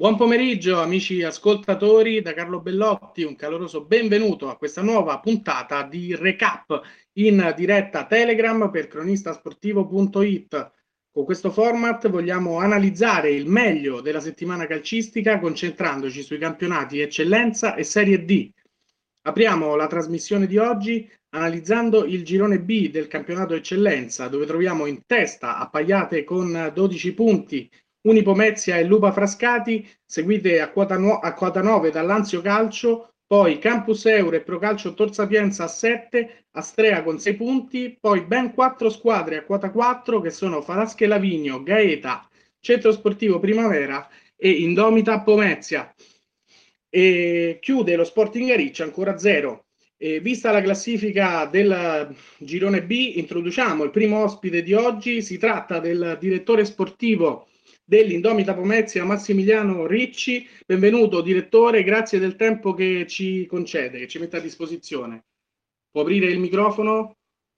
Buon pomeriggio amici ascoltatori, da Carlo Bellotti, un caloroso benvenuto a questa nuova puntata di Recap in diretta Telegram per cronistasportivo.it. Con questo format vogliamo analizzare il meglio della settimana calcistica concentrandoci sui campionati Eccellenza e Serie D. Apriamo la trasmissione di oggi analizzando il girone B del campionato Eccellenza, dove troviamo in testa, appaiate con 12 punti, Unipomezia e Lupa Frascati, seguite a quota 9 dall'Anzio Calcio, poi Campus Euro e Procalcio Tor Sapienza a 7, Astrea con 6 punti, poi ben 4 squadre a quota 4 che sono Falasche Lavigno, Gaeta, Centro Sportivo Primavera e Indomita Pomezia. E chiude lo Sporting Ariccia ancora 0. Vista la classifica del girone B, introduciamo il primo ospite di oggi. Si tratta del direttore sportivo dell'Indomita Pomezia, Massimiliano Ricci. Benvenuto direttore, grazie del tempo che ci concede, che ci mette a disposizione. Può aprire il microfono?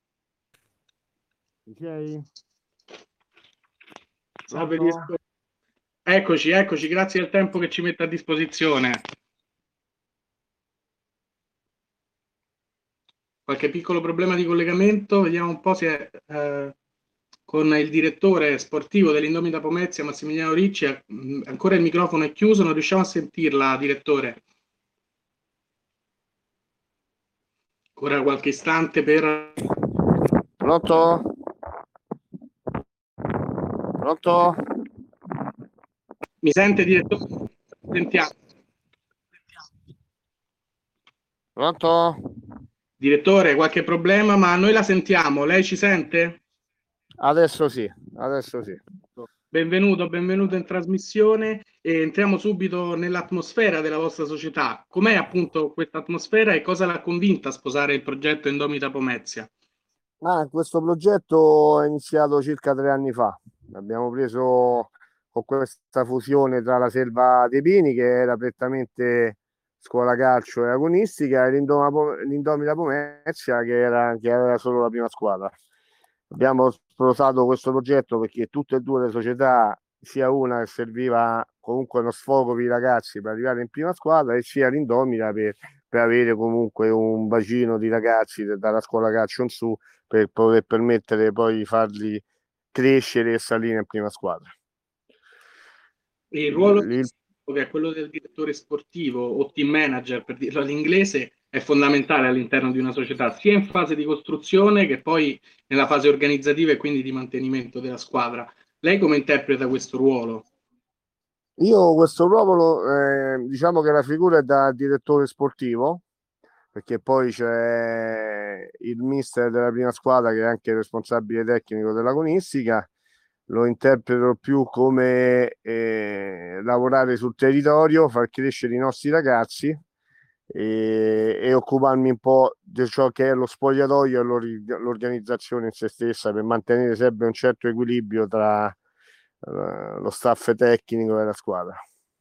Ok. Salve direttore. Eccoci, grazie del tempo che ci mette a disposizione. Qualche piccolo problema di collegamento, vediamo un po' se con il direttore sportivo dell'Indomita Pomezia, Massimiliano Ricci, ancora il microfono è chiuso, non riusciamo a sentirla, direttore. Ancora qualche istante per... Pronto? Pronto? Mi sente, direttore? Sentiamo. Pronto? Direttore, qualche problema, ma noi la sentiamo, lei ci sente? Adesso sì, adesso sì. Benvenuto in trasmissione e entriamo subito nell'atmosfera della vostra società. Com'è appunto questa atmosfera e cosa l'ha convinta a sposare il progetto Indomita Pomezia? Questo progetto è iniziato circa 3 anni fa. Abbiamo preso con questa fusione tra la Selva dei Pini, che era prettamente scuola calcio e agonistica, e l'Indomita Pomezia, che era solo la prima squadra. Abbiamo sposato questo progetto perché tutte e due le società, sia una che serviva comunque uno sfogo per i ragazzi per arrivare in prima squadra, e sia l'Indomita per avere comunque un bacino di ragazzi dalla scuola calcio in su, per poter permettere poi di farli crescere e salire in prima squadra. Il ruolo Il- che è quello del direttore sportivo o team manager, per dirlo all'inglese, è fondamentale all'interno di una società, sia in fase di costruzione che poi nella fase organizzativa e quindi di mantenimento della squadra. Lei come interpreta questo ruolo? Io questo ruolo, diciamo che la figura è da direttore sportivo, perché poi c'è il mister della prima squadra che è anche il responsabile tecnico dell'agonistica. Lo interpreto più come lavorare sul territorio, far crescere i nostri ragazzi e occuparmi un po' di ciò che è lo spogliatoio e l'organizzazione in se stessa, per mantenere sempre un certo equilibrio tra lo staff tecnico e la squadra.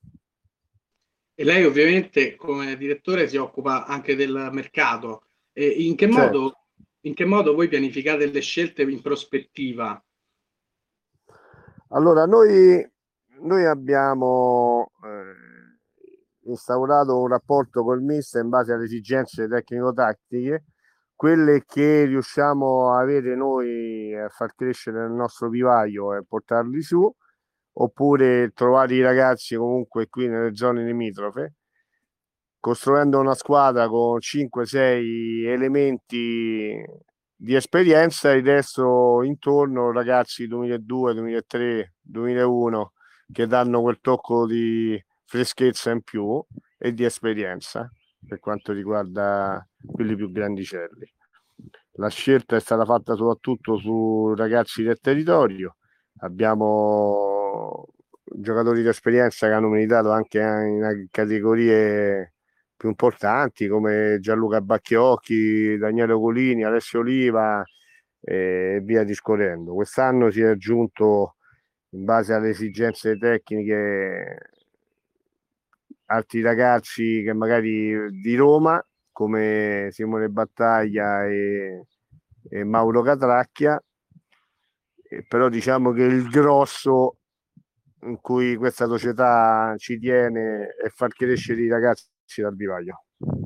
E lei ovviamente come direttore si occupa anche del mercato. E Certo. in che modo voi pianificate le scelte in prospettiva? Allora, noi abbiamo instaurato un rapporto col mister in base alle esigenze tecnico-tattiche, quelle che riusciamo a avere noi a far crescere nel nostro vivaio e portarli su, oppure trovare i ragazzi comunque qui nelle zone limitrofe, costruendo una squadra con 5-6 elementi di esperienza, e il resto intorno ragazzi 2002, 2003, 2001 che danno quel tocco di freschezza in più e di esperienza per quanto riguarda quelli più grandicelli. La scelta è stata fatta soprattutto su ragazzi del territorio. Abbiamo giocatori di esperienza che hanno militato anche in categorie più importanti come Gianluca Bacchiocchi, Daniele Ocolini, Alessio Oliva e via discorrendo. Quest'anno si è aggiunto, in base alle esigenze tecniche, altri ragazzi che magari di Roma come Simone Battaglia e Mauro Catracchia, però diciamo che il grosso in cui questa società ci tiene e far crescere i ragazzi dal vivaio.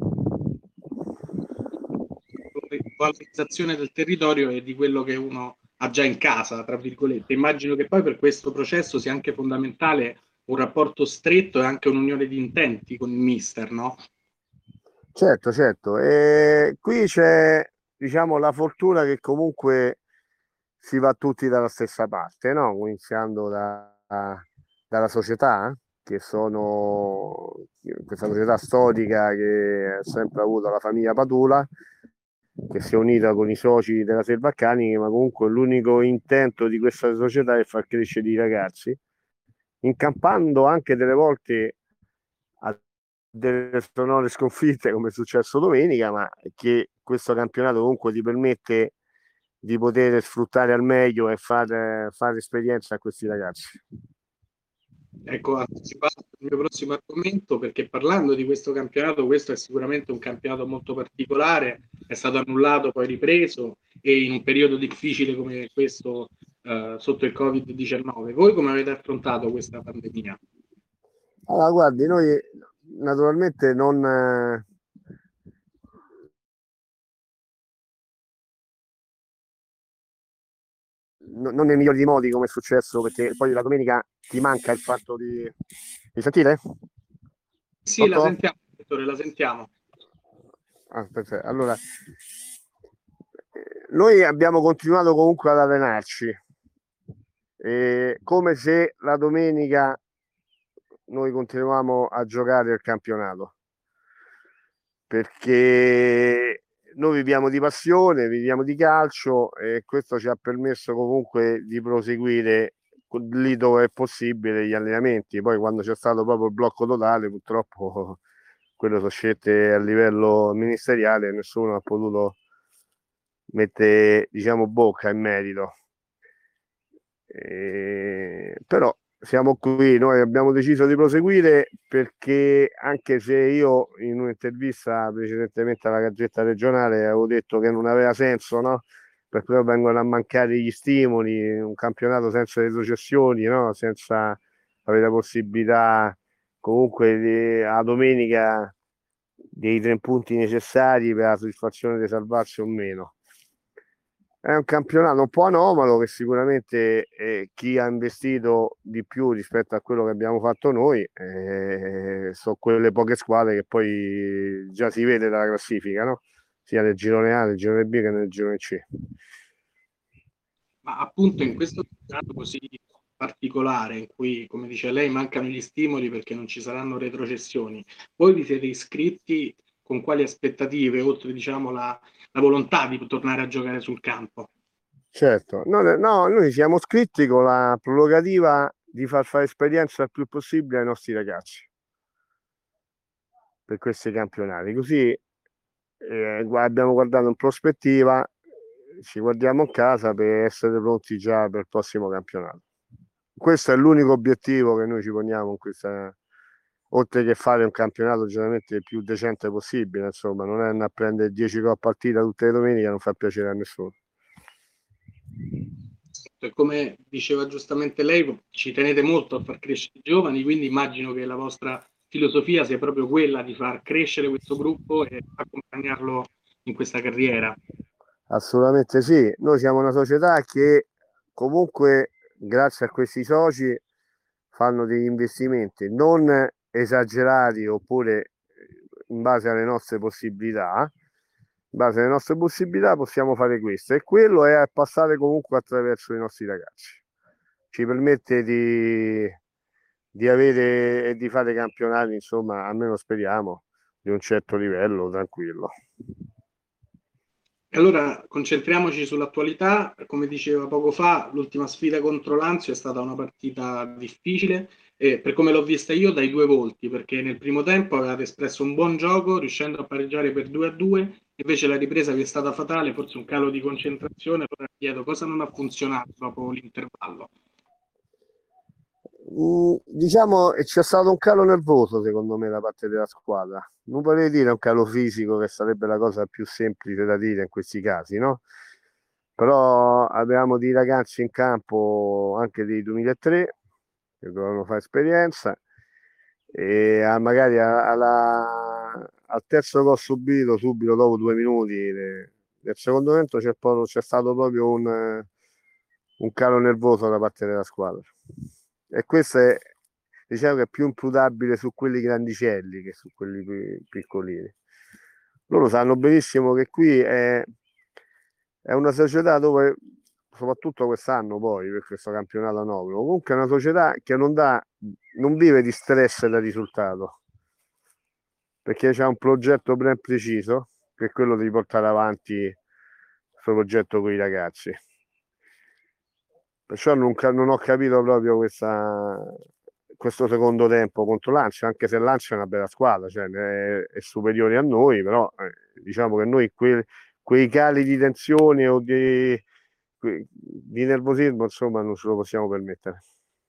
Valorizzazione del territorio e di quello che uno ha già in casa, tra virgolette. Immagino che poi per questo processo sia anche fondamentale un rapporto stretto e anche un'unione di intenti con il mister, no? Certo, certo. E qui c'è, diciamo, la fortuna che comunque si va tutti dalla stessa parte, no? Iniziando dalla società, che sono questa società storica che ha sempre avuto la famiglia Padula, che si è unita con i soci della Selvaccani, ma comunque l'unico intento di questa società è far crescere i ragazzi, incampando anche delle volte a delle sonore sconfitte come è successo domenica, ma che questo campionato comunque ti permette di poter sfruttare al meglio e fare esperienza a questi ragazzi. Ecco, anticipato il mio prossimo argomento, perché parlando di questo campionato, questo è sicuramente un campionato molto particolare, è stato annullato, poi ripreso, e in un periodo difficile come questo, sotto il Covid-19. Voi come avete affrontato questa pandemia? Allora, guardi, noi naturalmente non nei migliori modi come è successo, perché poi la domenica ti manca il fatto di... Mi sentite? Sì, la Pronto? sentiamo, dottore, la sentiamo. Ah, perfetto. Allora, noi abbiamo continuato comunque ad allenarci, come se la domenica noi continuavamo a giocare il campionato, perché noi viviamo di passione, viviamo di calcio e questo ci ha permesso comunque di proseguire lì dove è possibile gli allenamenti. Poi quando c'è stato proprio il blocco totale, purtroppo quello sono scelte a livello ministeriale, nessuno ha potuto mettere, diciamo, bocca in merito. Però siamo qui, noi abbiamo deciso di proseguire perché anche se io in un'intervista precedentemente alla Gazzetta Regionale avevo detto che non aveva senso, no? Perché poi vengono a mancare gli stimoli, un campionato senza retrocessioni, no? Senza avere la possibilità comunque a domenica dei 3 punti necessari per la soddisfazione di salvarsi o meno. È un campionato un po' anomalo che sicuramente chi ha investito di più rispetto a quello che abbiamo fatto noi sono quelle poche squadre che poi già si vede dalla classifica, no? Sia nel girone A, nel girone B che nel girone C. Ma appunto in questo campionato così particolare, in cui, come dice lei, mancano gli stimoli perché non ci saranno retrocessioni, voi vi siete iscritti con quali aspettative, oltre diciamo la volontà di tornare a giocare sul campo? Certo, no, no, noi siamo iscritti con la prerogativa di far fare esperienza il più possibile ai nostri ragazzi per questi campionati. Così abbiamo guardato in prospettiva, ci guardiamo in casa per essere pronti già per il prossimo campionato. Questo è l'unico obiettivo che noi ci poniamo in questa, oltre che fare un campionato generalmente il più decente possibile, insomma, non è andare a prendere 10 gol a partita tutte le domeniche, non fa piacere a nessuno. E come diceva giustamente lei, ci tenete molto a far crescere i giovani, quindi immagino che la vostra filosofia sia proprio quella di far crescere questo gruppo e accompagnarlo in questa carriera. Assolutamente sì, noi siamo una società che comunque grazie a questi soci fanno degli investimenti non esagerati oppure in base alle nostre possibilità. In base alle nostre possibilità possiamo fare questo e quello è passare comunque attraverso i nostri ragazzi. Ci permette di avere e di fare campionati, insomma, almeno speriamo, di un certo livello, tranquillo. E allora concentriamoci sull'attualità. Come diceva poco fa, l'ultima sfida contro l'Anzio è stata una partita difficile, per come l'ho vista io dai due volti, perché nel primo tempo avevate espresso un buon gioco, riuscendo a pareggiare per 2-2, invece la ripresa vi è stata fatale, forse un calo di concentrazione. Allora chiedo cosa non ha funzionato dopo l'intervallo. Diciamo c'è stato un calo nervoso secondo me da parte della squadra, non vorrei dire un calo fisico che sarebbe la cosa più semplice da dire in questi casi, no? Però avevamo dei ragazzi in campo anche dei 2003 che dovevano fare esperienza, e magari al terzo gol subito dopo 2 minuti del secondo tempo c'è stato proprio un calo nervoso da parte della squadra, e questo è, diciamo, che è più imputabile su quelli grandicelli che su quelli piccolini. Loro sanno benissimo che qui è una società dove, soprattutto quest'anno poi, per questo campionato nuovo, comunque è una società che non vive di stress da risultato, perché c'è un progetto ben preciso, che è quello di portare avanti questo progetto con i ragazzi. Perciò non ho capito proprio questo secondo tempo contro Lancia, anche se Lancia è una bella squadra, cioè è superiore a noi, però diciamo che noi quei cali di tensione o di nervosismo, insomma, non ce lo possiamo permettere.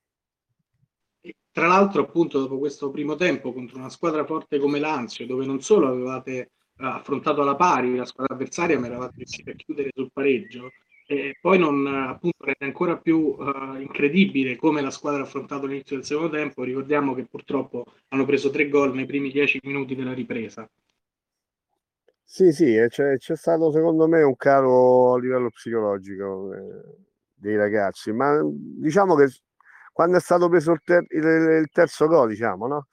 E tra l'altro, appunto, dopo questo primo tempo contro una squadra forte come Lazio, dove non solo avevate affrontato alla pari la squadra avversaria, ma eravate riusciti a chiudere sul pareggio, e poi non, appunto, rende ancora più incredibile come la squadra ha affrontato l'inizio del secondo tempo. Ricordiamo che purtroppo hanno preso 3 gol nei primi 10 minuti della ripresa. Sì, sì, e c'è stato secondo me un calo a livello psicologico dei ragazzi, ma diciamo che quando è stato preso il terzo gol, diciamo, no?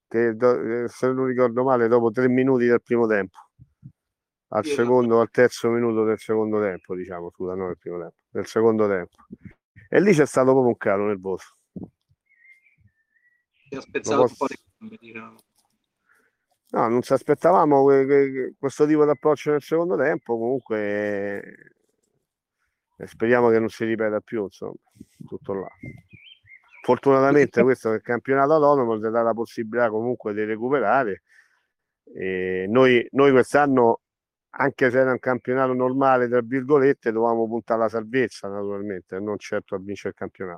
Se non ricordo male, dopo 3 minuti del primo tempo, Sì, esatto. al terzo minuto del secondo tempo, diciamo, scusa, non del primo tempo, del secondo tempo. E lì c'è stato proprio un calo nervoso. Si è Lo spezzato un po' le posso... gambe, diciamo. No, non ci aspettavamo questo tipo di approccio nel secondo tempo, comunque speriamo che non si ripeta più, insomma, tutto là. Fortunatamente questo è il campionato autonomo, ti dà la possibilità comunque di recuperare. E noi quest'anno, anche se era un campionato normale, tra virgolette, dovevamo puntare alla salvezza, naturalmente, non certo a vincere il campionato.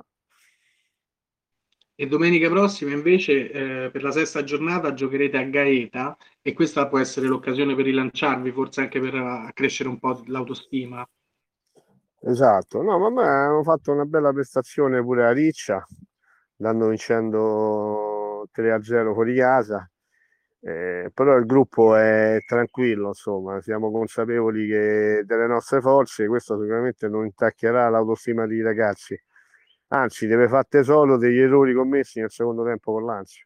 E domenica prossima invece per la sesta giornata giocherete a Gaeta e questa può essere l'occasione per rilanciarvi, forse anche per accrescere un po' l'autostima. Esatto, no, ma hanno fatto una bella prestazione pure a Riccia, andando vincendo 3-0 fuori casa. Però il gruppo è tranquillo, insomma, siamo consapevoli delle nostre forze, questo sicuramente non intaccherà l'autostima dei ragazzi, anzi deve fare tesoro degli errori commessi nel secondo tempo con l'Anzio.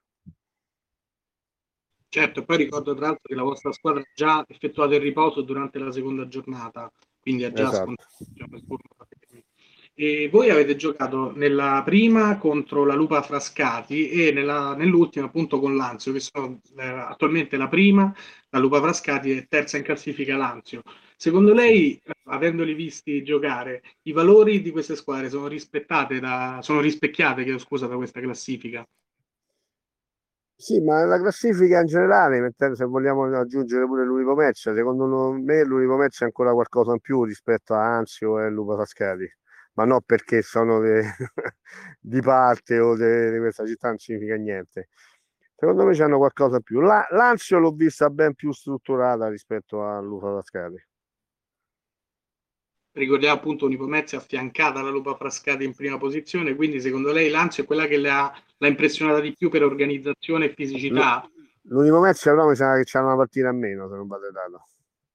Certo, poi ricordo tra l'altro che la vostra squadra ha già effettuato il riposo durante la seconda giornata, quindi ha già Esatto. scontato, diciamo, il turno. E voi avete giocato nella prima contro la Lupa Frascati e nell'ultima appunto con Lazio, che sono attualmente la prima, la Lupa Frascati è terza in classifica Lazio. Secondo lei, avendoli visti giocare, i valori di queste squadre sono sono rispecchiate, chiedo scusa, da questa classifica? Sì, ma la classifica in generale, se vogliamo aggiungere pure l'Unico Match, secondo me l'Unico Match è ancora qualcosa in più rispetto a Anzio e Lupa Frascati, ma non perché sono di parte o di questa città, non significa niente. Secondo me c'hanno qualcosa in più. L'Anzio l'ho vista ben più strutturata rispetto a Lupa Frascati. Ricordiamo appunto Unipomezia affiancata alla Lupa Frascati in prima posizione, quindi secondo lei Lazio è quella che l'ha impressionata di più per organizzazione e fisicità? L'Unico Match però mi sa che c'è una partita a meno, se non vado errato.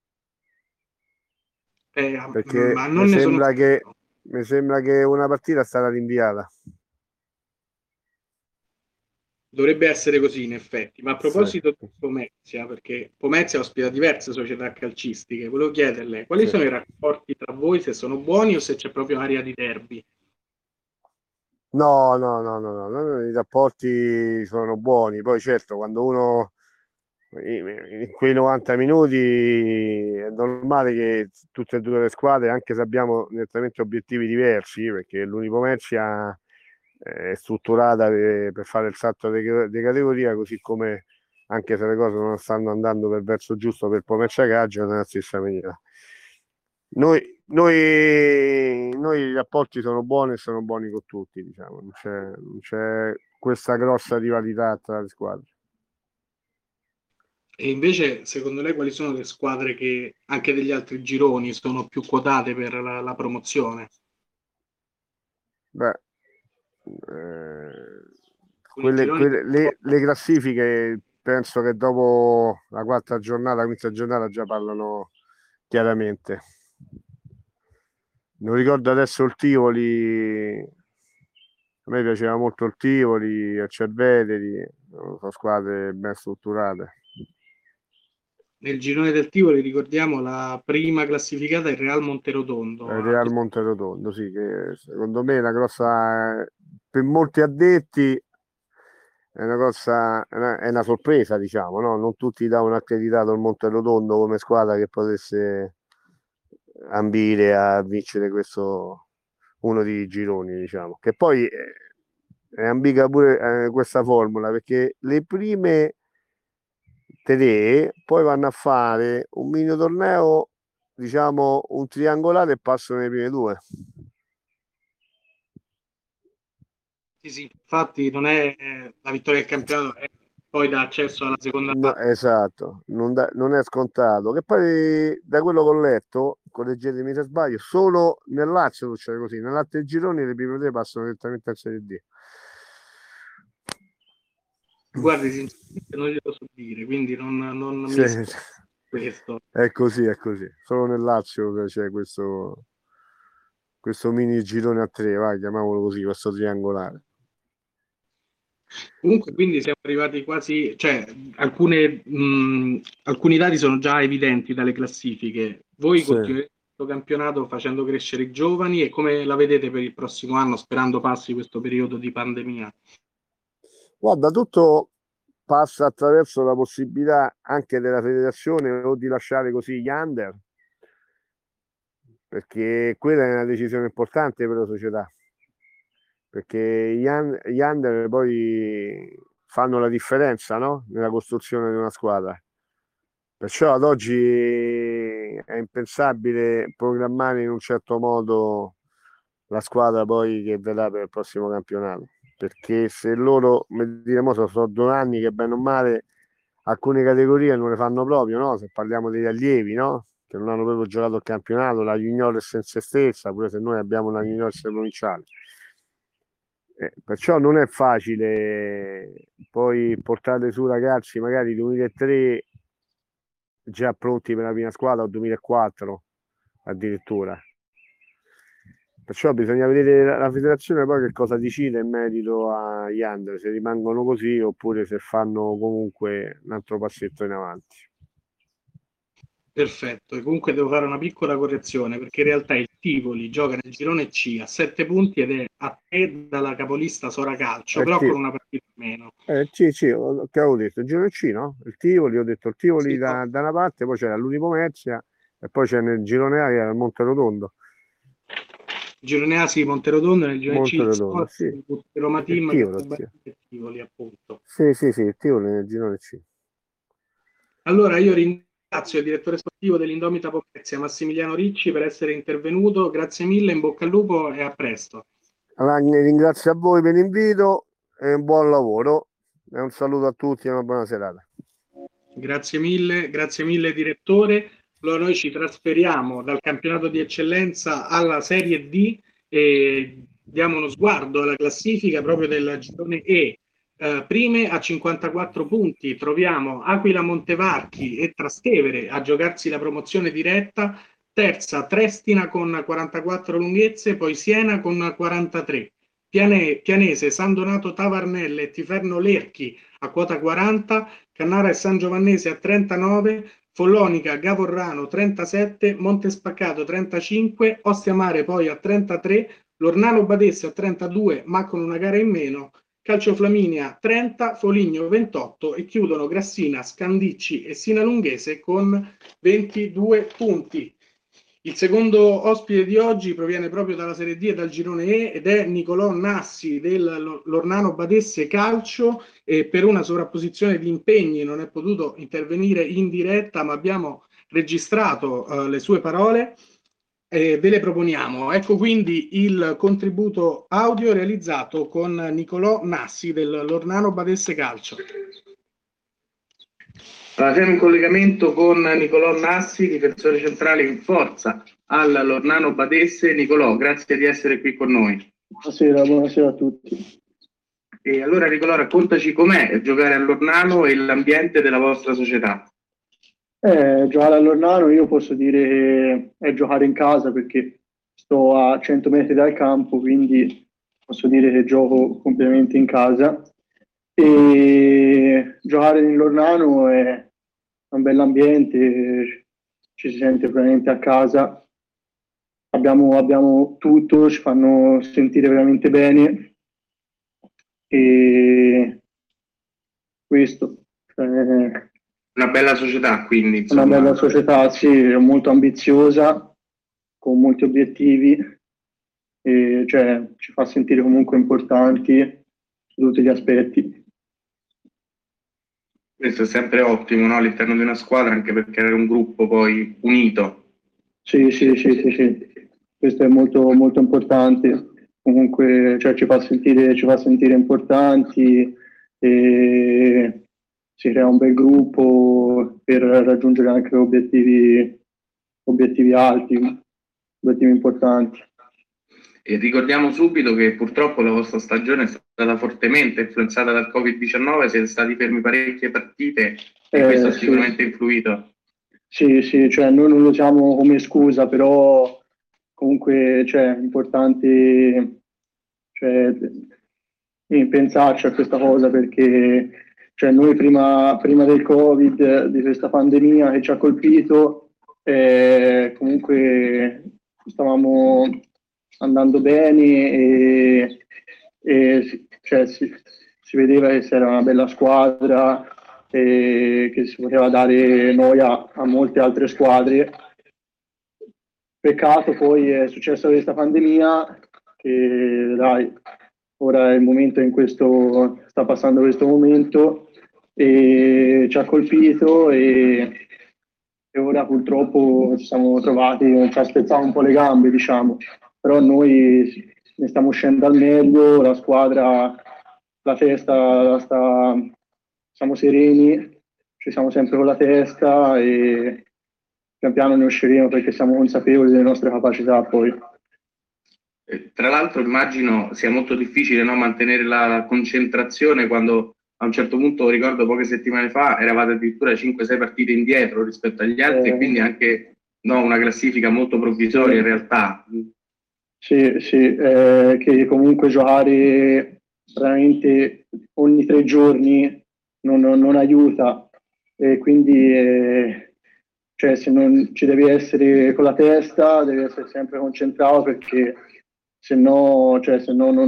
Perché Ma non ne sono sicuro. mi sembra che una partita è stata rinviata. Dovrebbe essere così in effetti, ma a Sì, proposito di Pomezia, perché Pomezia ospita diverse società calcistiche, volevo chiederle quali sì. sono i rapporti tra voi, se sono buoni o se c'è proprio aria di derby? No, no, no, no, no, i rapporti sono buoni. Poi certo, quando uno in quei 90 minuti è normale che tutte e due le squadre, anche se abbiamo nettamente obiettivi diversi, perché l'Unicomercia è strutturata per fare il salto di categoria, così come, anche se le cose non stanno andando per verso giusto per Pomezia Calcio, nella stessa maniera. Noi i rapporti sono buoni e sono buoni con tutti, diciamo, non c'è questa grossa rivalità tra le squadre. E invece, secondo lei, quali sono le squadre che anche degli altri gironi sono più quotate per la promozione? Beh, le classifiche penso che dopo la quarta giornata, quinta giornata già parlano chiaramente. Non ricordo adesso il Tivoli, a me piaceva molto il Tivoli, il Cerveteri, sono squadre ben strutturate. Nel girone del Tivoli ricordiamo la prima classificata, il Real Monterotondo. Il Real Monterotondo, sì, che secondo me è una grossa, per molti addetti è una cosa, è una sorpresa, diciamo, no? Non tutti davano accreditato il Monterotondo come squadra che potesse ambire a vincere questo, uno dei gironi, diciamo, che poi è ambigua pure questa formula, perché le prime tre poi vanno a fare un mini torneo, diciamo un triangolare, e passano le prime due. Sì, infatti non è la vittoria del campionato, è poi dà accesso alla seconda parte. Esatto, non è scontato. Che poi da quello che ho letto, correggetemi se sbaglio, solo nel Lazio succede così, nell'altro gironi le prime tre passano direttamente al Serie D. Guardi, sinceramente non glielo so dire, quindi non sì, mi questo. È così. Solo nel Lazio c'è questo mini girone a tre, vai, chiamiamolo così, questo triangolare. Comunque, quindi siamo arrivati quasi, cioè alcuni dati sono già evidenti dalle classifiche. Voi continuerete questo campionato facendo crescere i giovani, e come la vedete per il prossimo anno, sperando passi questo periodo di pandemia? Guarda, tutto passa attraverso la possibilità anche della federazione o di lasciare così gli under, perché quella è una decisione importante per la società, perché gli under poi fanno la differenza, no? Nella costruzione di una squadra. Perciò ad oggi è impensabile programmare in un certo modo la squadra poi che verrà per il prossimo campionato, perché se loro, come diremo, sono 2 anni che bene o male alcune categorie non le fanno proprio, no? Se parliamo degli allievi, no? Che non hanno proprio giocato il campionato, la juniores in se stessa, pure se noi abbiamo una juniores provinciale. Perciò non è facile poi portare su ragazzi magari 2003 già pronti per la prima squadra, o 2004 addirittura. Perciò bisogna vedere la federazione poi che cosa decide in merito agli under, se rimangono così oppure se fanno comunque un altro passetto in avanti. Perfetto, e comunque devo fare una piccola correzione, perché in realtà il Tivoli gioca nel girone C a 7 punti ed è a 3 dalla capolista Sora Calcio, però con una partita in meno. Sì, che avevo detto, il girone C, no? Il Tivoli, ho detto il Tivoli sì, da una parte, poi c'era l'Unipomezia e poi c'è nel girone A che era il Monterotondo. Girone A sì, Monterotondo, nel girone Monterotondo, C, sì. Roma Team che Tivoli, appunto. Sì, il Tivoli nel girone C. Allora io ringrazio il direttore sportivo dell'Indomita Pomezia, Massimiliano Ricci, per essere intervenuto. Grazie mille, in bocca al lupo e a presto. Allora, ringrazio a voi per l'invito e un buon lavoro e un saluto a tutti e una buona serata. Grazie mille direttore. Allora noi ci trasferiamo dal campionato di eccellenza alla Serie D e diamo uno sguardo alla classifica proprio del girone E. Prime a 54 punti troviamo Aquila Montevarchi e Trastevere a giocarsi la promozione diretta, terza Trestina con 44 lunghezze, poi Siena con 43, Pianese, San Donato Tavarnelle e Tiferno Lerchi a quota 40, Cannara e San Giovannese a 39, Follonica, Gavorrano 37, Montespaccato 35, Ostia Mare poi a 33, Lornano Badesse a 32 ma con una gara in meno, Calcio Flaminia 30, Foligno 28 e chiudono Grassina, Scandicci e Sinalunghese con 22 punti. Il secondo ospite di oggi proviene proprio dalla Serie D e dal girone E ed è Nicolò Nassi del Lornano Badesse Calcio, e per una sovrapposizione di impegni non è potuto intervenire in diretta, ma abbiamo registrato le sue parole e ve le proponiamo. Ecco quindi il contributo audio realizzato con Nicolò Nassi del Lornano Badesse Calcio. Allora, siamo in collegamento con Nicolò Nassi, difensore centrale in forza al Lornano Badesse. Nicolò, grazie di essere qui con noi. Buonasera a tutti. E allora Nicolò, raccontaci com'è giocare all'Ornano e l'ambiente della vostra società. Giocare all'Ornano io posso dire è giocare in casa perché sto a 100 metri dal campo, quindi posso dire che gioco completamente in casa. E giocare nell'Ornano è un bell'ambiente, ci si sente veramente a casa. Abbiamo tutto, ci fanno sentire veramente bene e questo. Una bella società, quindi, Una insomma. bella società, sì, molto ambiziosa, con molti obiettivi, e cioè ci fa sentire comunque importanti su tutti gli aspetti. Questo è sempre ottimo, no? All'interno di una squadra, anche perché era un gruppo poi unito. Sì, sì, sì, sì, sì. Questo è molto, molto importante. Comunque, cioè, ci fa sentire importanti e si crea un bel gruppo per raggiungere anche obiettivi alti, obiettivi importanti. E ricordiamo subito che purtroppo la vostra stagione è stata fortemente influenzata dal Covid-19, siete stati fermi parecchie partite e questo ha sicuramente influito. Sì, sì, cioè noi non lo usiamo come scusa, però comunque cioè, è importante cioè, pensarci a questa cosa perché cioè, noi prima del Covid, di questa pandemia che ci ha colpito, comunque stavamo andando bene cioè, si vedeva che c'era una bella squadra e che si poteva dare noia a molte altre squadre. Peccato poi è successa questa pandemia che dai, ora è il momento in cui sta passando questo momento e ci ha colpito e ora purtroppo ci siamo trovati, ci ha spezzato un po' le gambe, diciamo, però noi ne stiamo uscendo al meglio, la squadra, la testa siamo sereni, ci siamo sempre con la testa e pian piano ne usciremo perché siamo consapevoli delle nostre capacità poi. Tra l'altro immagino sia molto difficile, no, mantenere la concentrazione quando a un certo punto, ricordo poche settimane fa, eravate addirittura 5-6 partite indietro rispetto agli altri e quindi anche no, una classifica molto provvisoria in realtà. Sì, sì, che comunque giocare veramente ogni 3 giorni non aiuta e quindi cioè, se non ci devi essere con la testa, devi essere sempre concentrato perché se no, cioè, se no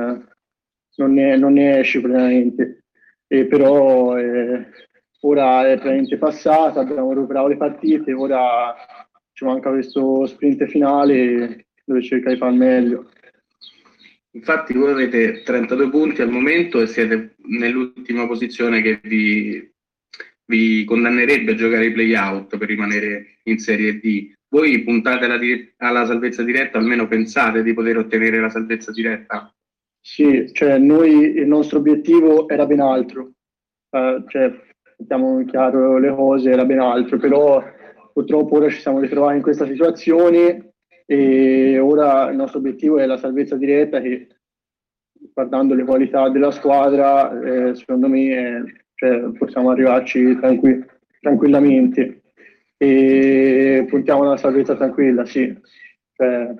non ne esci praticamente. E però ora è praticamente passata, abbiamo recuperato le partite, ora ci manca questo sprint finale dove cerca di far meglio. Infatti voi avete 32 punti al momento e siete nell'ultima posizione che vi condannerebbe a giocare i play-out per rimanere in Serie D. Voi puntate alla salvezza diretta, almeno pensate di poter ottenere la salvezza diretta? Sì, cioè noi il nostro obiettivo era ben altro, cioè mettiamo in chiaro le cose, era ben altro, però purtroppo ora ci siamo ritrovati in questa situazione e ora il nostro obiettivo è la salvezza diretta che guardando le qualità della squadra secondo me cioè, possiamo arrivarci tranquillamente e puntiamo alla salvezza tranquilla, sì. Cioè,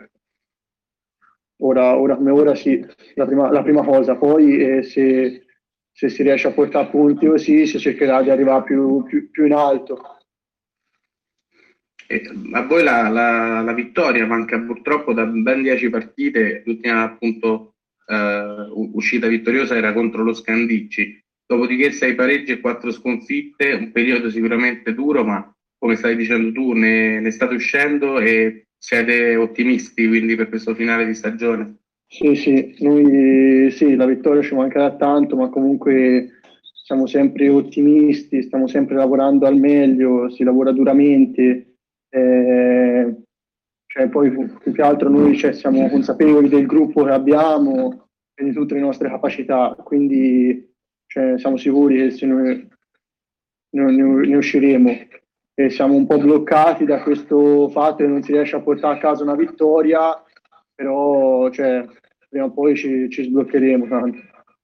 ora come ora sì, la prima cosa, poi se si riesce a portare punti così si cercherà di arrivare più in alto. A voi la vittoria manca purtroppo da ben 10 partite, l'ultima appunto uscita vittoriosa era contro lo Scandicci, dopodiché 6 pareggi e 4 sconfitte, un periodo sicuramente duro, ma come stai dicendo tu ne state uscendo e siete ottimisti quindi per questo finale di stagione? Sì, sì, noi sì, la vittoria ci mancherà tanto, ma comunque siamo sempre ottimisti, stiamo sempre lavorando al meglio, si lavora duramente. Cioè, poi più che altro noi cioè, siamo consapevoli del gruppo che abbiamo e di tutte le nostre capacità, quindi cioè, siamo sicuri che se ne usciremo. E siamo un po' bloccati da questo fatto che non si riesce a portare a casa una vittoria, però cioè, prima o poi ci sbloccheremo tanto.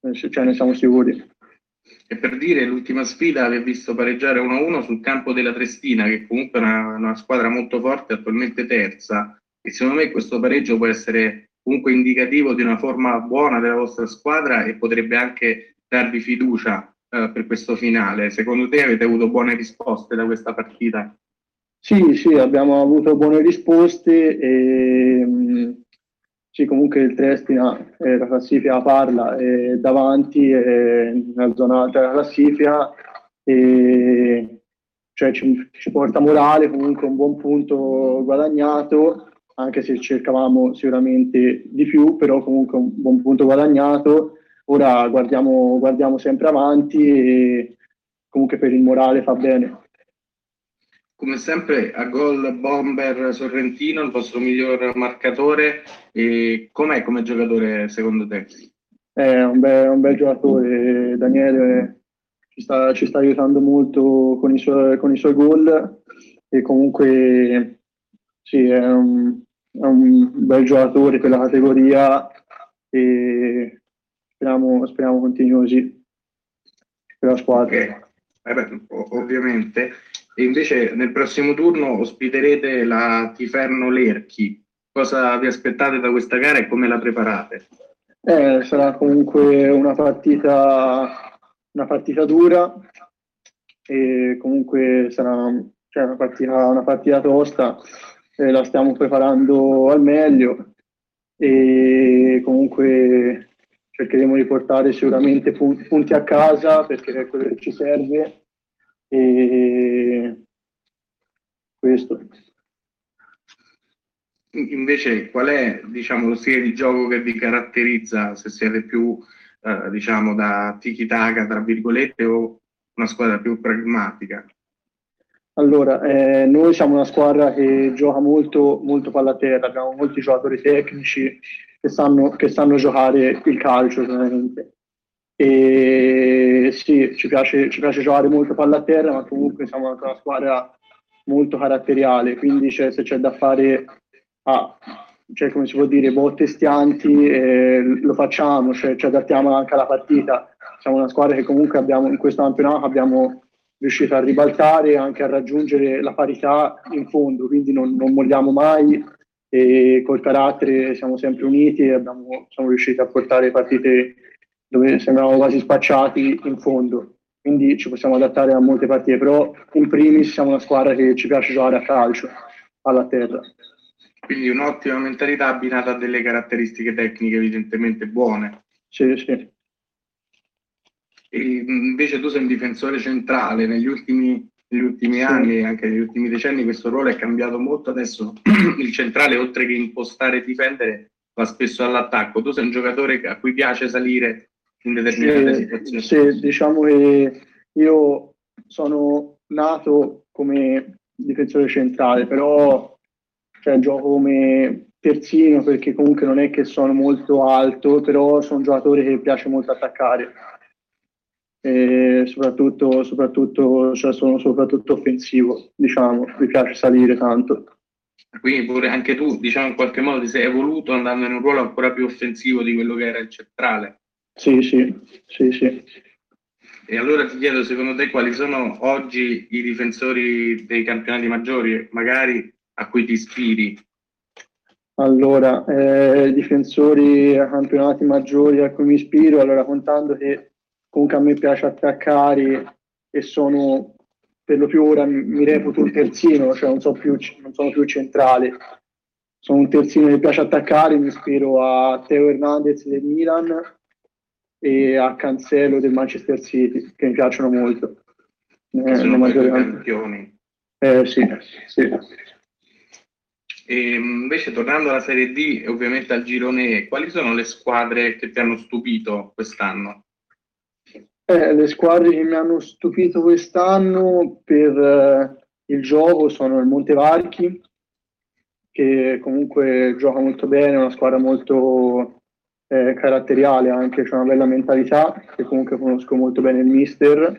cioè ne siamo sicuri. E per dire, l'ultima sfida vi ha visto pareggiare 1-1 sul campo della Trestina, che comunque è una squadra molto forte, attualmente terza, e secondo me questo pareggio può essere comunque indicativo di una forma buona della vostra squadra e potrebbe anche darvi fiducia per questo finale. Secondo te avete avuto buone risposte da questa partita? Sì, abbiamo avuto buone risposte e sì, comunque il Triestina, la classifica parla, è davanti nella zona alta della classifica e cioè, ci porta morale, comunque un buon punto guadagnato, anche se cercavamo sicuramente di più, però comunque un buon punto guadagnato. Ora guardiamo sempre avanti e comunque per il morale fa bene. Come sempre a gol Bomber Sorrentino, il vostro miglior marcatore. E com'è come giocatore secondo te? È un bel giocatore, Daniele ci sta aiutando molto con i suoi gol e comunque sì, è un bel giocatore per la categoria e speriamo continui così per la squadra. Okay. Beh, ovviamente. E invece nel prossimo turno ospiterete la Tiferno Lerchi. Cosa vi aspettate da questa gara e come la preparate? Sarà comunque una partita dura e comunque sarà cioè, una partita tosta, la stiamo preparando al meglio e comunque cercheremo di portare sicuramente punti a casa perché è quello che ci serve e questo. Invece qual è, diciamo, lo stile di gioco che vi caratterizza, se siete più, diciamo, da tiki-taka, tra virgolette, o una squadra più pragmatica? Allora, noi siamo una squadra che gioca molto, molto palla a terra, abbiamo molti giocatori tecnici che sanno giocare il calcio, ovviamente. E sì, ci piace giocare molto palla a terra, ma comunque siamo anche una squadra molto caratteriale, quindi se c'è da fare, cioè, come si può dire, botte stianti, lo facciamo, cioè, ci adattiamo anche alla partita. Siamo una squadra che comunque in questo campionato abbiamo riuscito a ribaltare e anche a raggiungere la parità in fondo, quindi non molliamo mai e col carattere siamo sempre uniti e siamo riusciti a portare partite dove sembravamo quasi spacciati in fondo, quindi ci possiamo adattare a molte partite, però in primis siamo una squadra che ci piace giocare a calcio, alla terra. Quindi un'ottima mentalità abbinata a delle caratteristiche tecniche evidentemente buone. Sì. E invece tu sei un difensore centrale, negli ultimi anni, anche negli ultimi decenni, questo ruolo è cambiato molto. Adesso il centrale, oltre che impostare e difendere, va spesso all'attacco. Tu sei un giocatore a cui piace salire in determinate situazioni. Sì, diciamo che io sono nato come difensore centrale, però cioè, gioco come terzino perché comunque non è che sono molto alto, però sono un giocatore che piace molto attaccare. E soprattutto cioè sono soprattutto offensivo, diciamo, mi piace salire tanto. Quindi pure anche tu, diciamo, in qualche modo ti sei evoluto andando in un ruolo ancora più offensivo di quello che era il centrale. Sì. E allora ti chiedo, secondo te, quali sono oggi i difensori dei campionati maggiori, magari a cui ti ispiri? Allora, difensori a campionati maggiori a cui mi ispiro, allora contando che comunque a me piace attaccare e sono per lo più ora mi reputo un terzino, cioè non sono più centrale, sono un terzino che piace attaccare, mi ispiro a Theo Hernandez del Milan e a Cancelo del Manchester City, che mi piacciono molto. Sono poi due campioni. Sì. E invece tornando alla Serie D e ovviamente al girone E, quali sono le squadre che ti hanno stupito quest'anno? Le squadre che mi hanno stupito quest'anno per il gioco sono il Montevarchi, che comunque gioca molto bene, è una squadra molto caratteriale, anche c'è una bella mentalità, che comunque conosco molto bene il mister,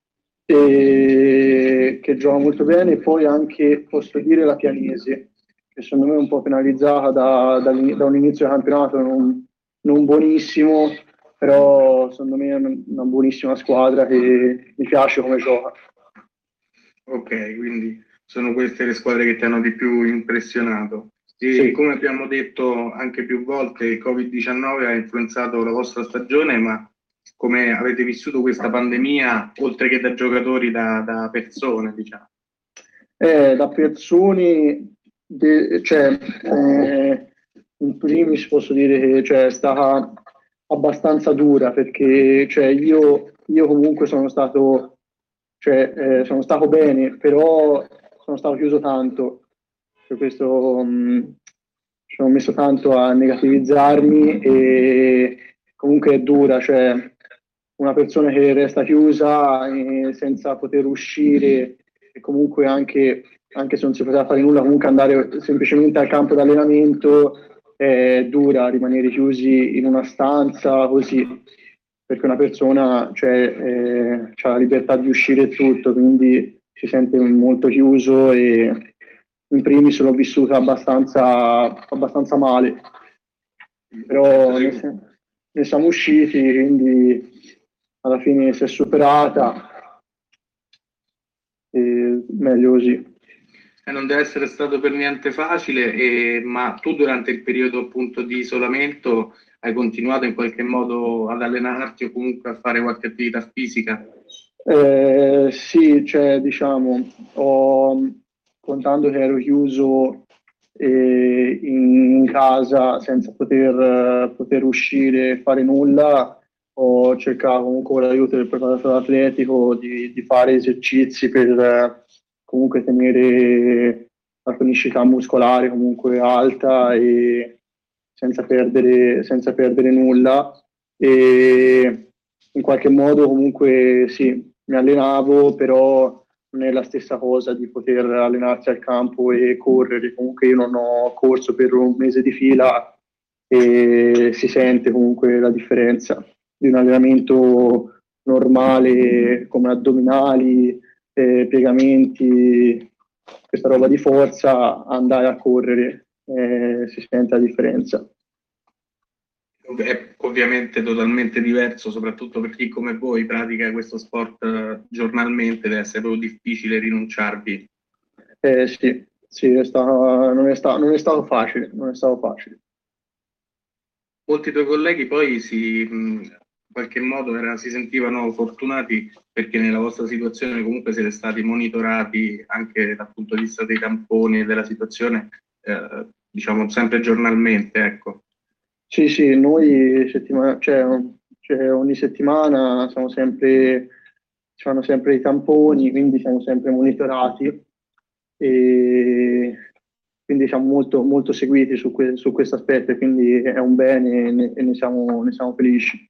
e che gioca molto bene, e poi anche posso dire la Pianesi, che secondo me è un po' penalizzata da un inizio di campionato non buonissimo, però secondo me è una buonissima squadra che mi piace come gioca. Ok, quindi sono queste le squadre che ti hanno di più impressionato. E Sì. come abbiamo detto anche più volte, il Covid-19 ha influenzato la vostra stagione, ma come avete vissuto questa pandemia, oltre che da giocatori, da persone, diciamo? Da persone, cioè, in primis posso dire che cioè, è stata abbastanza dura perché cioè, io comunque sono stato bene, però sono stato chiuso tanto, per questo ci ho messo tanto a negativizzarmi e comunque è dura, cioè una persona che resta chiusa senza poter uscire e comunque anche se non si poteva fare nulla, comunque andare semplicemente al campo d'allenamento è dura rimanere chiusi in una stanza così, perché una persona ha la libertà di uscire e tutto, quindi si sente molto chiuso e in primis l'ho vissuta abbastanza male, però ne siamo usciti, quindi alla fine si è superata e meglio così. Non deve essere stato per niente facile, ma tu durante il periodo appunto di isolamento hai continuato in qualche modo ad allenarti o comunque a fare qualche attività fisica? Sì, cioè diciamo, contando che ero chiuso in casa senza poter uscire e fare nulla, ho cercato comunque con l'aiuto del preparatore atletico di fare esercizi per comunque tenere la tonicità muscolare comunque alta e senza perdere nulla. E in qualche modo comunque sì, mi allenavo, però non è la stessa cosa di poter allenarsi al campo e correre. Comunque io non ho corso per un mese di fila e si sente comunque la differenza di un allenamento normale come addominali, piegamenti, questa roba di forza, andare a correre, si sente la differenza. È ovviamente totalmente diverso, soprattutto per chi come voi pratica questo sport giornalmente, deve essere proprio difficile rinunciarvi. Sì, non è stato facile, non è stato facile. Molti tuoi colleghi poi in qualche modo si sentivano fortunati perché nella vostra situazione comunque siete stati monitorati anche dal punto di vista dei tamponi e della situazione, diciamo sempre giornalmente, ecco. Sì, noi ogni settimana ci fanno sempre i tamponi, quindi siamo sempre monitorati e quindi siamo molto seguiti su questo aspetto e quindi è un bene e ne siamo felici.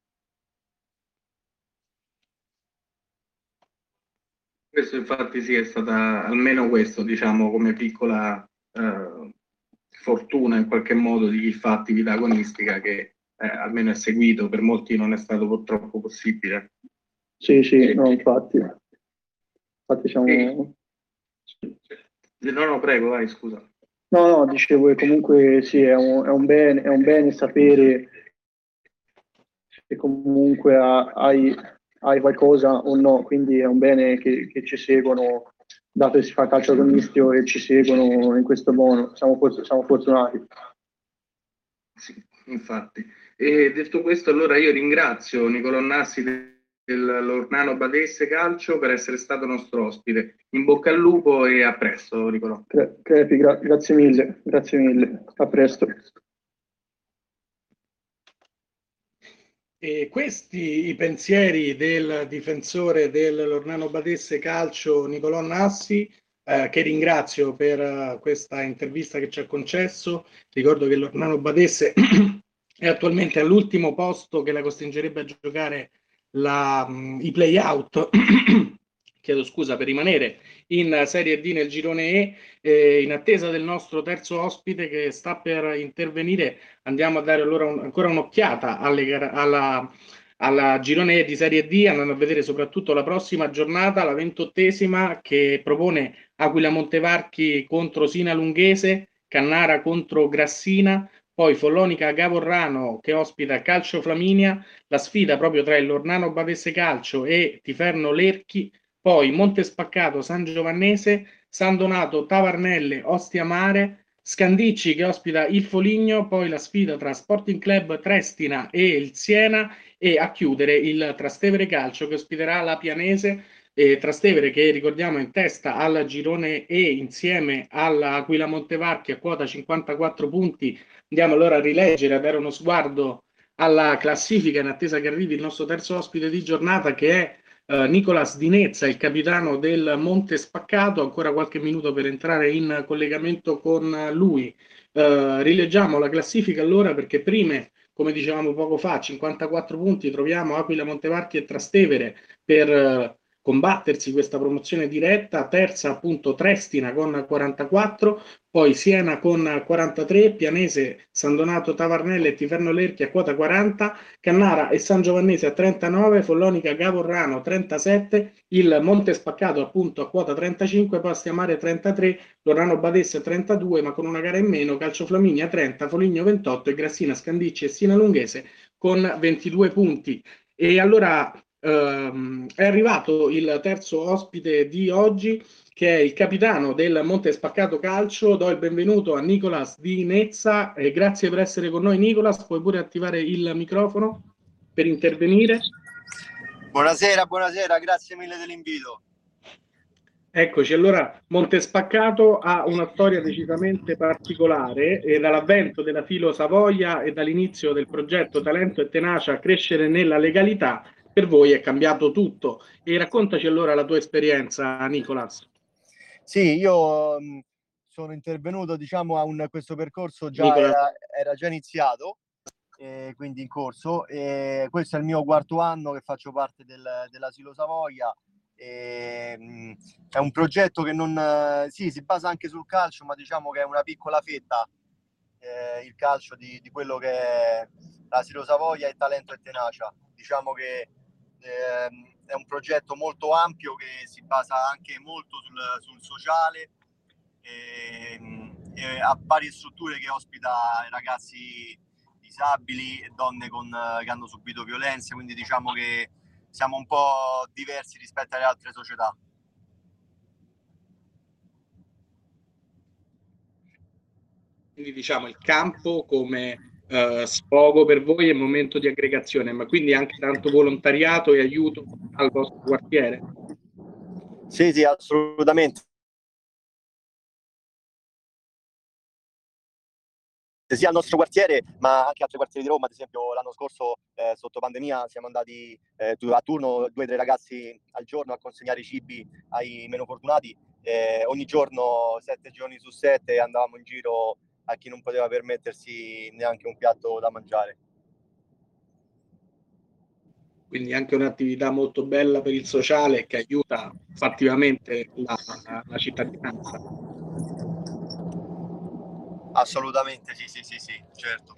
Questo infatti sì, è stata almeno questo, diciamo, come piccola fortuna in qualche modo di chi fa attività agonistica che almeno è seguito, per molti non è stato purtroppo possibile. Sì, no, infatti siamo... No, prego, vai, scusa. No, dicevo che comunque sì, è un bene sapere se comunque hai qualcosa o no, quindi è un bene che ci seguono, dato che si fa calcio agonistico e ci seguono in questo modo, siamo fortunati. Sì, infatti. E detto questo, allora io ringrazio Nicolò Nassi dell'Ornano Badesse Calcio per essere stato nostro ospite. In bocca al lupo e a presto, Nicolò. Crepi, grazie mille, a presto. E questi i pensieri del difensore dell'Ornano Badesse Calcio Nicolò Nassi, che ringrazio per questa intervista che ci ha concesso. Ricordo che l'Ornano Badesse è attualmente all'ultimo posto che la costringerebbe a giocare i play-out, chiedo scusa, per rimanere in Serie D nel girone E. In attesa del nostro terzo ospite che sta per intervenire, andiamo a dare allora ancora un'occhiata alla girone di Serie D, andando a vedere soprattutto la prossima giornata, la 28esima, che propone Aquila Montevarchi contro Sina Lunghese, Cannara contro Grassina, poi Follonica Gavorrano che ospita Calcio Flaminia, la sfida proprio tra il Lornano Badesse Calcio e Tiferno Lerchi, poi Monte Spaccato San Giovannese, San Donato Tavarnelle Ostia Mare, Scandicci che ospita il Foligno, poi la sfida tra Sporting Club Trestina e il Siena e a chiudere il Trastevere Calcio che ospiterà la Pianese. Trastevere che ricordiamo è in testa al girone E insieme all'Aquila Montevarchi a quota 54 punti. Andiamo allora a rileggere, a dare uno sguardo alla classifica in attesa che arrivi il nostro terzo ospite di giornata che è Nicolas Dinezza, il capitano del Monte Spaccato. Ancora qualche minuto per entrare in collegamento con lui. Rileggiamo la classifica allora perché prime, come dicevamo poco fa, 54 punti troviamo Aquila Montevarchi e Trastevere per combattersi questa promozione diretta, terza appunto Trestina con 44, poi Siena con 43, Pianese, San Donato, Tavarnelle e Tiferno Lerchi a quota 40, Cannara e San Giovannese a 39, Follonica Gavorrano 37, il Monte Spaccato appunto a quota 35, Ostia Mare 33, Lorano Badesse 32, ma con una gara in meno, Calcio Flaminia 30, Foligno 28 e Grassina, Scandicci e Sina Lunghese con 22 punti. E allora è arrivato il terzo ospite di oggi, che è il capitano del Monte Spaccato Calcio. Do il benvenuto a Nicolas Di Nezza e grazie per essere con noi, Nicolas. Puoi pure attivare il microfono per intervenire. Buonasera, grazie mille dell'invito. Eccoci, allora Monte Spaccato ha una storia decisamente particolare e dall'avvento della Filo Savoia e dall'inizio del progetto Talento e Tenacia Crescere nella Legalità, per voi è cambiato tutto. E raccontaci allora la tua esperienza, Nicolas. Sì, io sono intervenuto, diciamo, questo percorso era già iniziato, quindi in corso. Questo è il mio quarto anno che faccio parte dell'Asilo Savoia. È un progetto che si basa anche sul calcio, ma diciamo che è una piccola fetta, il calcio di quello che è l'Asilo Savoia e Talento e Tenacia. Diciamo che è un progetto molto ampio che si basa anche molto sul sociale e ha varie strutture che ospita ragazzi disabili e donne che hanno subito violenze, quindi diciamo che siamo un po' diversi rispetto alle altre società. Quindi diciamo il campo come sfogo per voi è un momento di aggregazione, ma quindi anche tanto volontariato e aiuto al vostro quartiere. Sì, assolutamente. Sia al nostro quartiere, ma anche altri quartieri di Roma. Ad esempio, l'anno scorso, sotto pandemia, siamo andati a turno 2 o 3 ragazzi al giorno a consegnare i cibi ai meno fortunati. Ogni giorno, 7 giorni su 7, andavamo in giro a chi non poteva permettersi neanche un piatto da mangiare. Quindi anche un'attività molto bella per il sociale che aiuta fattivamente la cittadinanza. Assolutamente, sì, certo.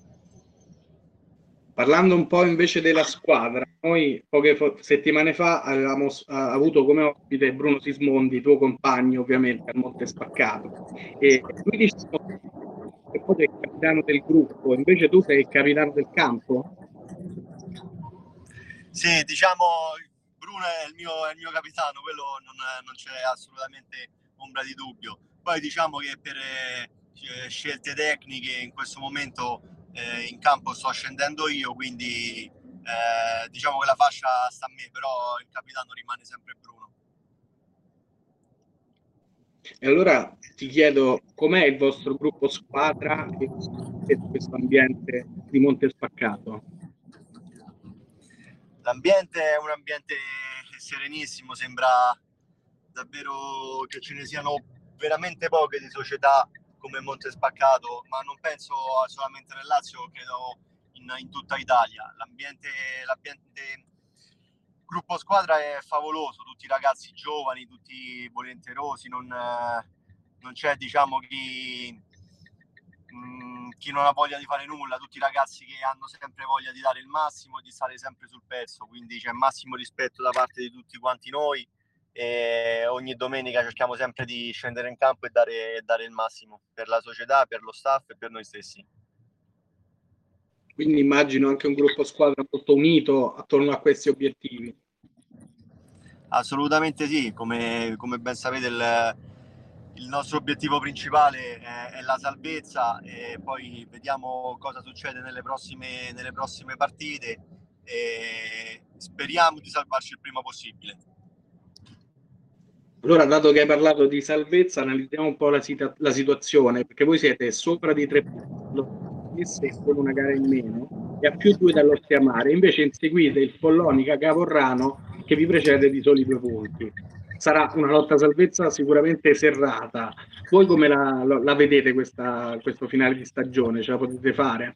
Parlando un po' invece della squadra, noi poche settimane fa avevamo avuto come ospite Bruno Sismondi, tuo compagno ovviamente al Monte Spaccato, e lui diceva che tu sei il capitano del gruppo, invece tu sei il capitano del campo? Sì, diciamo, Bruno è il mio capitano, quello non c'è assolutamente ombra di dubbio. Poi diciamo che per scelte tecniche in questo momento in campo sto scendendo io, quindi diciamo che la fascia sta a me, però il capitano rimane sempre Bruno. E allora ti chiedo com'è il vostro gruppo squadra e questo ambiente di Monte Spaccato? L'ambiente è un ambiente serenissimo, sembra davvero che ce ne siano veramente poche di società come Monte Spaccato, ma non penso solamente nel Lazio, credo in tutta Italia. L'ambiente gruppo squadra è favoloso, tutti ragazzi giovani, tutti volenterosi, non c'è diciamo chi non ha voglia di fare nulla, tutti i ragazzi che hanno sempre voglia di dare il massimo e di stare sempre sul pezzo, quindi c'è massimo rispetto da parte di tutti quanti noi e ogni domenica cerchiamo sempre di scendere in campo e dare il massimo per la società, per lo staff e per noi stessi. Quindi immagino anche un gruppo squadra molto unito attorno a questi obiettivi. Assolutamente sì, come ben sapete il nostro obiettivo principale è la salvezza, e poi vediamo cosa succede nelle prossime partite e speriamo di salvarci il prima possibile. Allora, dato che hai parlato di salvezza, analizziamo un po' la situazione, perché voi siete sopra di 3 punti con una gara in meno e a più 2 dall'Ortiamare, invece inseguite il Follonica Caporrano che vi precede di soli 2 punti. Sarà una lotta a salvezza sicuramente serrata. Voi come la vedete questo finale di stagione? Ce la potete fare?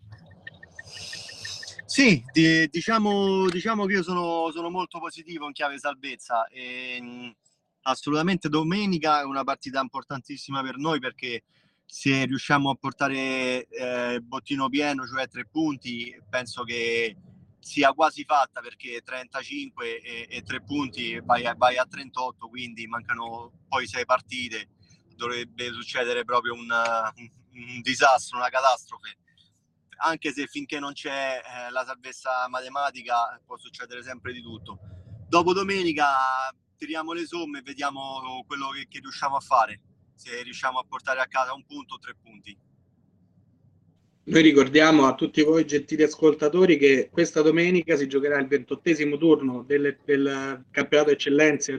Sì, diciamo che io sono molto positivo in chiave salvezza. Assolutamente domenica è una partita importantissima per noi, perché se riusciamo a portare bottino pieno, cioè 3 punti, penso che sia quasi fatta, perché 35 e 3 punti vai a 38, quindi mancano poi 6 partite. Dovrebbe succedere proprio un disastro, una catastrofe. Anche se finché non c'è la salvezza matematica può succedere sempre di tutto. Dopo domenica tiriamo le somme e vediamo quello che riusciamo a fare, se riusciamo a portare a casa 1 punto o 3 punti. Noi ricordiamo a tutti voi gentili ascoltatori che questa domenica si giocherà il 28° turno del campionato eccellenza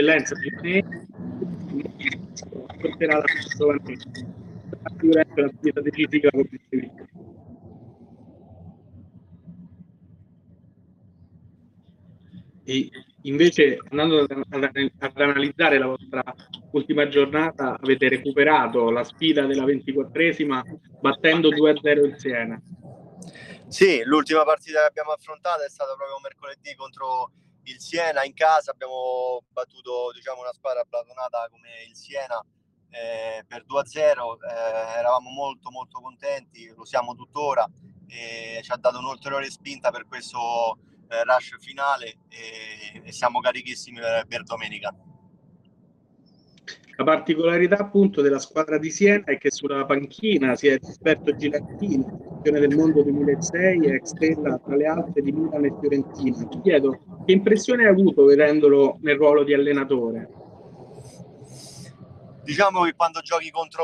porterà la giovanile. Sicuramente una sfida decisiva con il. E invece, andando ad analizzare la vostra ultima giornata, avete recuperato la sfida della 24esima battendo 2-0 il Siena. Sì, l'ultima partita che abbiamo affrontato è stata proprio mercoledì contro il Siena in casa. Abbiamo battuto, diciamo, una squadra blasonata come il Siena per 2-0. Eravamo molto molto contenti, lo siamo tuttora, e ci ha dato un'ulteriore spinta per questo rush finale, e siamo carichissimi per domenica. La particolarità appunto della squadra di Siena è che sulla panchina si è Esperto Gilardino, campione del mondo 2006 e ex stella tra le altre di Milan e Fiorentina. Ti chiedo che impressione hai avuto vedendolo nel ruolo di allenatore? Diciamo che quando giochi contro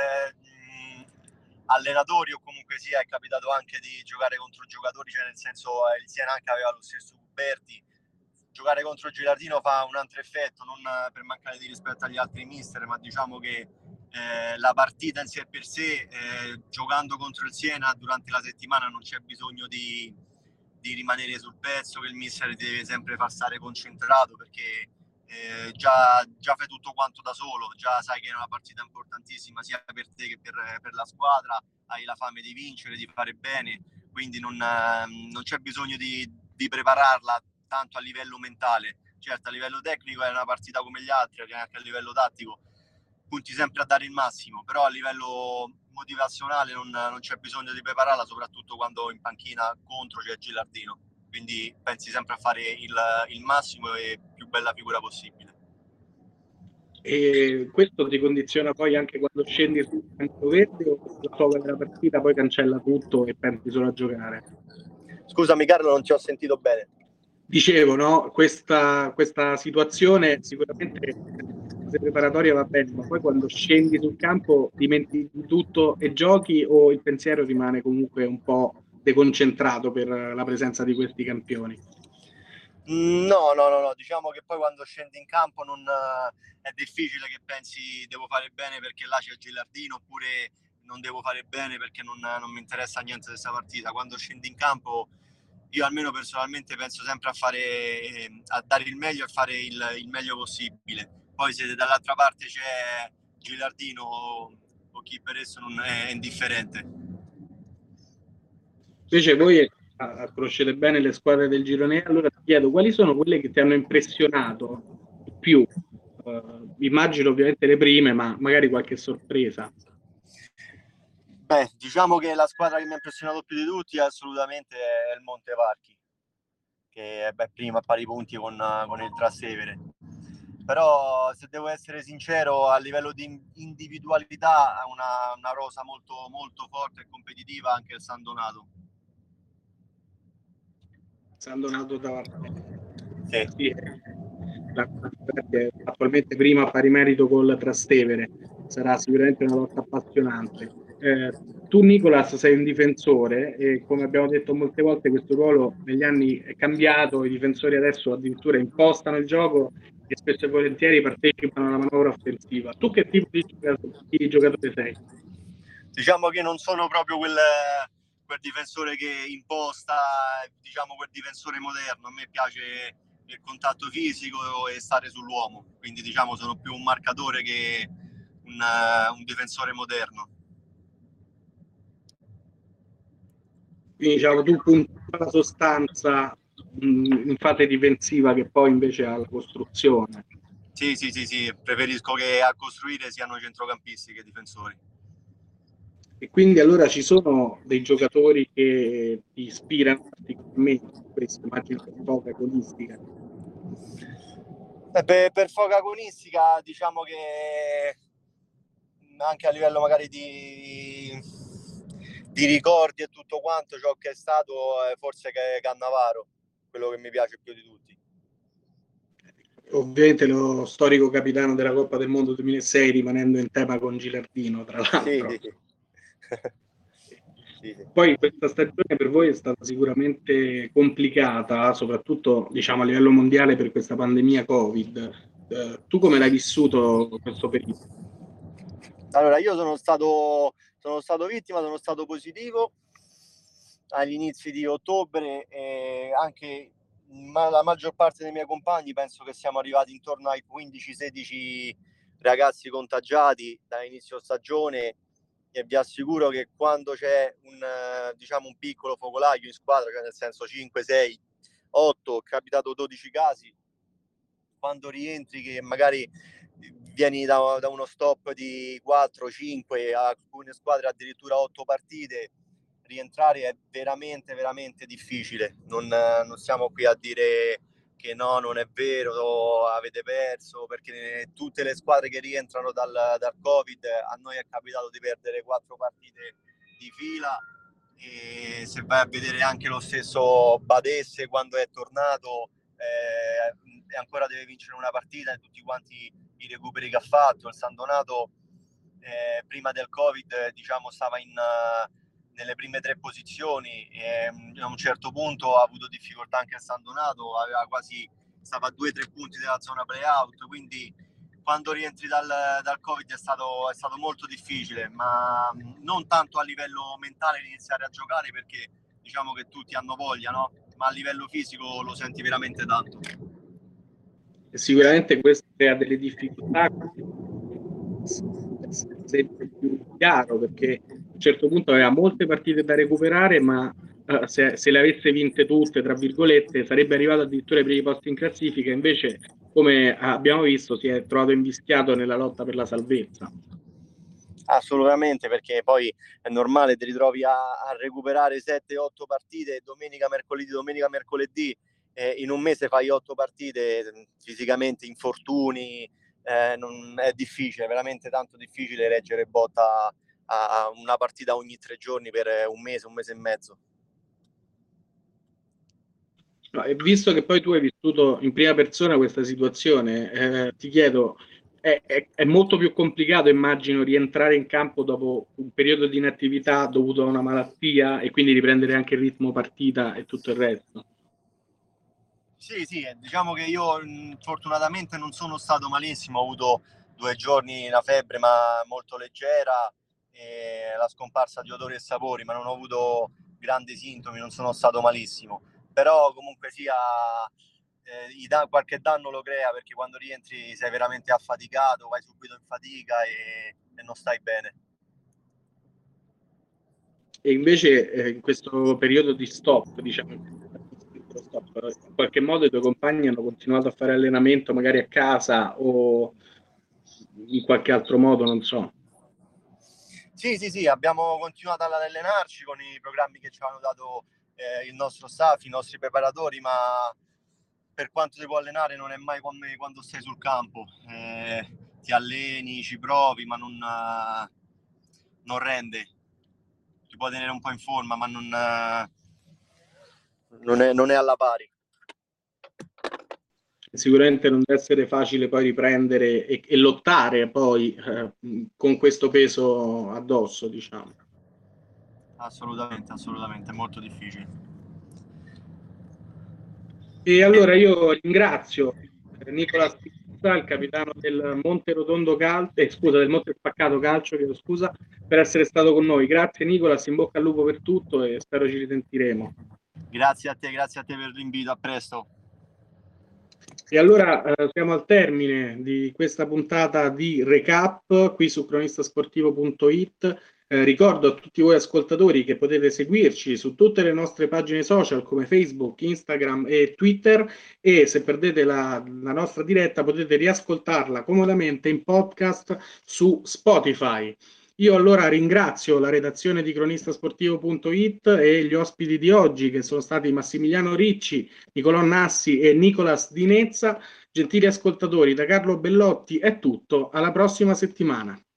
allenatori, o comunque sia, è capitato anche di giocare contro giocatori, cioè nel senso il Siena anche aveva lo stesso Cuberti. Giocare contro Gilardino fa un altro effetto, non per mancare di rispetto agli altri mister, ma diciamo che la partita in sé per sé, giocando contro il Siena durante la settimana, non c'è bisogno di rimanere sul pezzo, che il mister deve sempre far stare concentrato, perché già fai tutto quanto da solo, già sai che è una partita importantissima sia per te che per la squadra, hai la fame di vincere, di fare bene, quindi non c'è bisogno di prepararla tanto a livello mentale. Certo, a livello tecnico è una partita come gli altri, anche a livello tattico punti sempre a dare il massimo, però a livello motivazionale non c'è bisogno di prepararla, soprattutto quando in panchina contro c'è Gilardino, quindi pensi sempre a fare il massimo e più bella figura possibile. E questo ti condiziona poi anche quando scendi sul campo verde, o la foga della partita poi cancella tutto e pensi solo a giocare? Scusami Carlo, non ti ho sentito bene. Dicevo, no? Questa situazione sicuramente preparatoria va bene, ma poi quando scendi sul campo dimentichi tutto e giochi, o il pensiero rimane comunque un po' deconcentrato per la presenza di questi campioni? No, diciamo che poi quando scendi in campo è difficile che pensi devo fare bene perché là c'è Gilardino, oppure non devo fare bene perché non mi interessa niente di questa partita. Quando scendi in campo, io almeno personalmente penso sempre a dare il meglio, a fare il meglio possibile. Poi se dall'altra parte c'è Gilardino o chi per esso, non è indifferente. Invece voi conoscete bene le squadre del girone, allora ti chiedo quali sono quelle che ti hanno impressionato di più? Immagino ovviamente le prime, ma magari qualche sorpresa. Beh, diciamo che la squadra che mi ha impressionato più di tutti assolutamente è il Montevarchi, che è prima a pari punti con il Trastevere. Però se devo essere sincero, a livello di individualità ha una rosa molto, molto forte e competitiva anche il San Donato. San Donato davanti. Sì. Attualmente prima a pari merito col Trastevere, sarà sicuramente una lotta appassionante. Tu Nicolas sei un difensore e come abbiamo detto molte volte questo ruolo negli anni è cambiato, i difensori adesso addirittura impostano il gioco e spesso e volentieri partecipano alla manovra offensiva. Tu che tipo di giocatore sei? Diciamo che non sono proprio quel difensore che imposta, diciamo quel difensore moderno. A me piace il contatto fisico e stare sull'uomo, quindi diciamo sono più un marcatore che un difensore moderno. Quindi diciamo tu punti alla sostanza in fase difensiva che poi invece alla costruzione. Sì, preferisco che a costruire siano centrocampisti che difensori. E quindi allora ci sono dei giocatori che ti ispirano particolarmente, questo immagino per foga agonistica. Per foga agonistica diciamo che anche a livello magari di ricordi e tutto quanto, ciò che è stato forse che è Cannavaro, quello che mi piace più di tutti. Ovviamente lo storico capitano della Coppa del Mondo 2006, rimanendo in tema con Gilardino, tra l'altro. Sì. Poi questa stagione per voi è stata sicuramente complicata, soprattutto diciamo a livello mondiale per questa pandemia Covid. Tu come l'hai vissuto questo periodo? Allora, io sono stato vittima, sono stato positivo agli inizi di ottobre e anche la maggior parte dei miei compagni penso che siamo arrivati intorno ai 15-16 ragazzi contagiati da inizio stagione e vi assicuro che quando c'è un piccolo focolaio in squadra, cioè nel senso 5, 6, 8, è capitato 12 casi, quando rientri che magari vieni da uno stop di 4, 5, alcune squadre addirittura 8 partite, rientrare è veramente veramente difficile. Non siamo qui a dire che no, non è vero, avete perso, perché tutte le squadre che rientrano dal Covid, a noi è capitato di perdere 4 partite di fila, e se vai a vedere anche lo stesso Badesse quando è tornato e ancora deve vincere una partita e tutti quanti i recuperi che ha fatto. Il San Donato prima del Covid diciamo stava nelle prime 3 posizioni e a un certo punto ha avuto difficoltà anche il San Donato, stava a 2-3 punti dalla zona playout, quindi quando rientri dal Covid è stato molto difficile, ma non tanto a livello mentale di iniziare a giocare, perché diciamo che tutti hanno voglia, no? Ma a livello fisico lo senti veramente tanto. E sicuramente questo crea delle difficoltà, sempre più chiaro, perché a un certo punto aveva molte partite da recuperare, ma se le avesse vinte tutte, tra virgolette, sarebbe arrivato addirittura ai primi posti in classifica, invece come abbiamo visto si è trovato invischiato nella lotta per la salvezza. Assolutamente, perché poi è normale, ti ritrovi a recuperare 7-8 partite domenica, mercoledì, in un mese fai 8 partite, fisicamente infortuni, è difficile, veramente tanto difficile reggere botta a una partita ogni 3 giorni per un mese e mezzo. No, e visto che poi tu hai vissuto in prima persona questa situazione, ti chiedo, è molto più complicato, immagino, rientrare in campo dopo un periodo di inattività dovuto a una malattia e quindi riprendere anche il ritmo partita e tutto il resto? Sì, diciamo che io fortunatamente non sono stato malissimo, ho avuto 2 giorni una febbre ma molto leggera e la scomparsa di odori e sapori, ma non ho avuto grandi sintomi, non sono stato malissimo, però comunque sia qualche danno lo crea, perché quando rientri sei veramente affaticato, vai subito in fatica e non stai bene. E invece in questo periodo di stop, diciamo, in qualche modo i tuoi compagni hanno continuato a fare allenamento magari a casa o in qualche altro modo, non so. Sì, abbiamo continuato ad allenarci con i programmi che ci hanno dato il nostro staff, i nostri preparatori, ma per quanto ti può allenare non è mai come quando stai sul campo. Ti alleni, ci provi, ma non rende. Ti può tenere un po' in forma, ma non non è alla pari. Sicuramente non deve essere facile poi riprendere e lottare poi con questo peso addosso, diciamo. Assolutamente, molto difficile. E allora io ringrazio Nicola Spizza, il capitano del Monte Rotondo del Monte Spaccato Calcio, scusa, per essere stato con noi. Grazie Nicola, in bocca al lupo per tutto e spero ci risentiremo. Grazie a te per l'invito, a presto. E allora siamo al termine di questa puntata di recap qui su cronistasportivo.it. Ricordo a tutti voi ascoltatori che potete seguirci su tutte le nostre pagine social come Facebook, Instagram e Twitter, e se perdete la nostra diretta potete riascoltarla comodamente in podcast su Spotify. Io allora ringrazio la redazione di cronistasportivo.it e gli ospiti di oggi, che sono stati Massimiliano Ricci, Nicolò Nassi e Nicolas Dinezza. Gentili ascoltatori, da Carlo Bellotti è tutto, alla prossima settimana.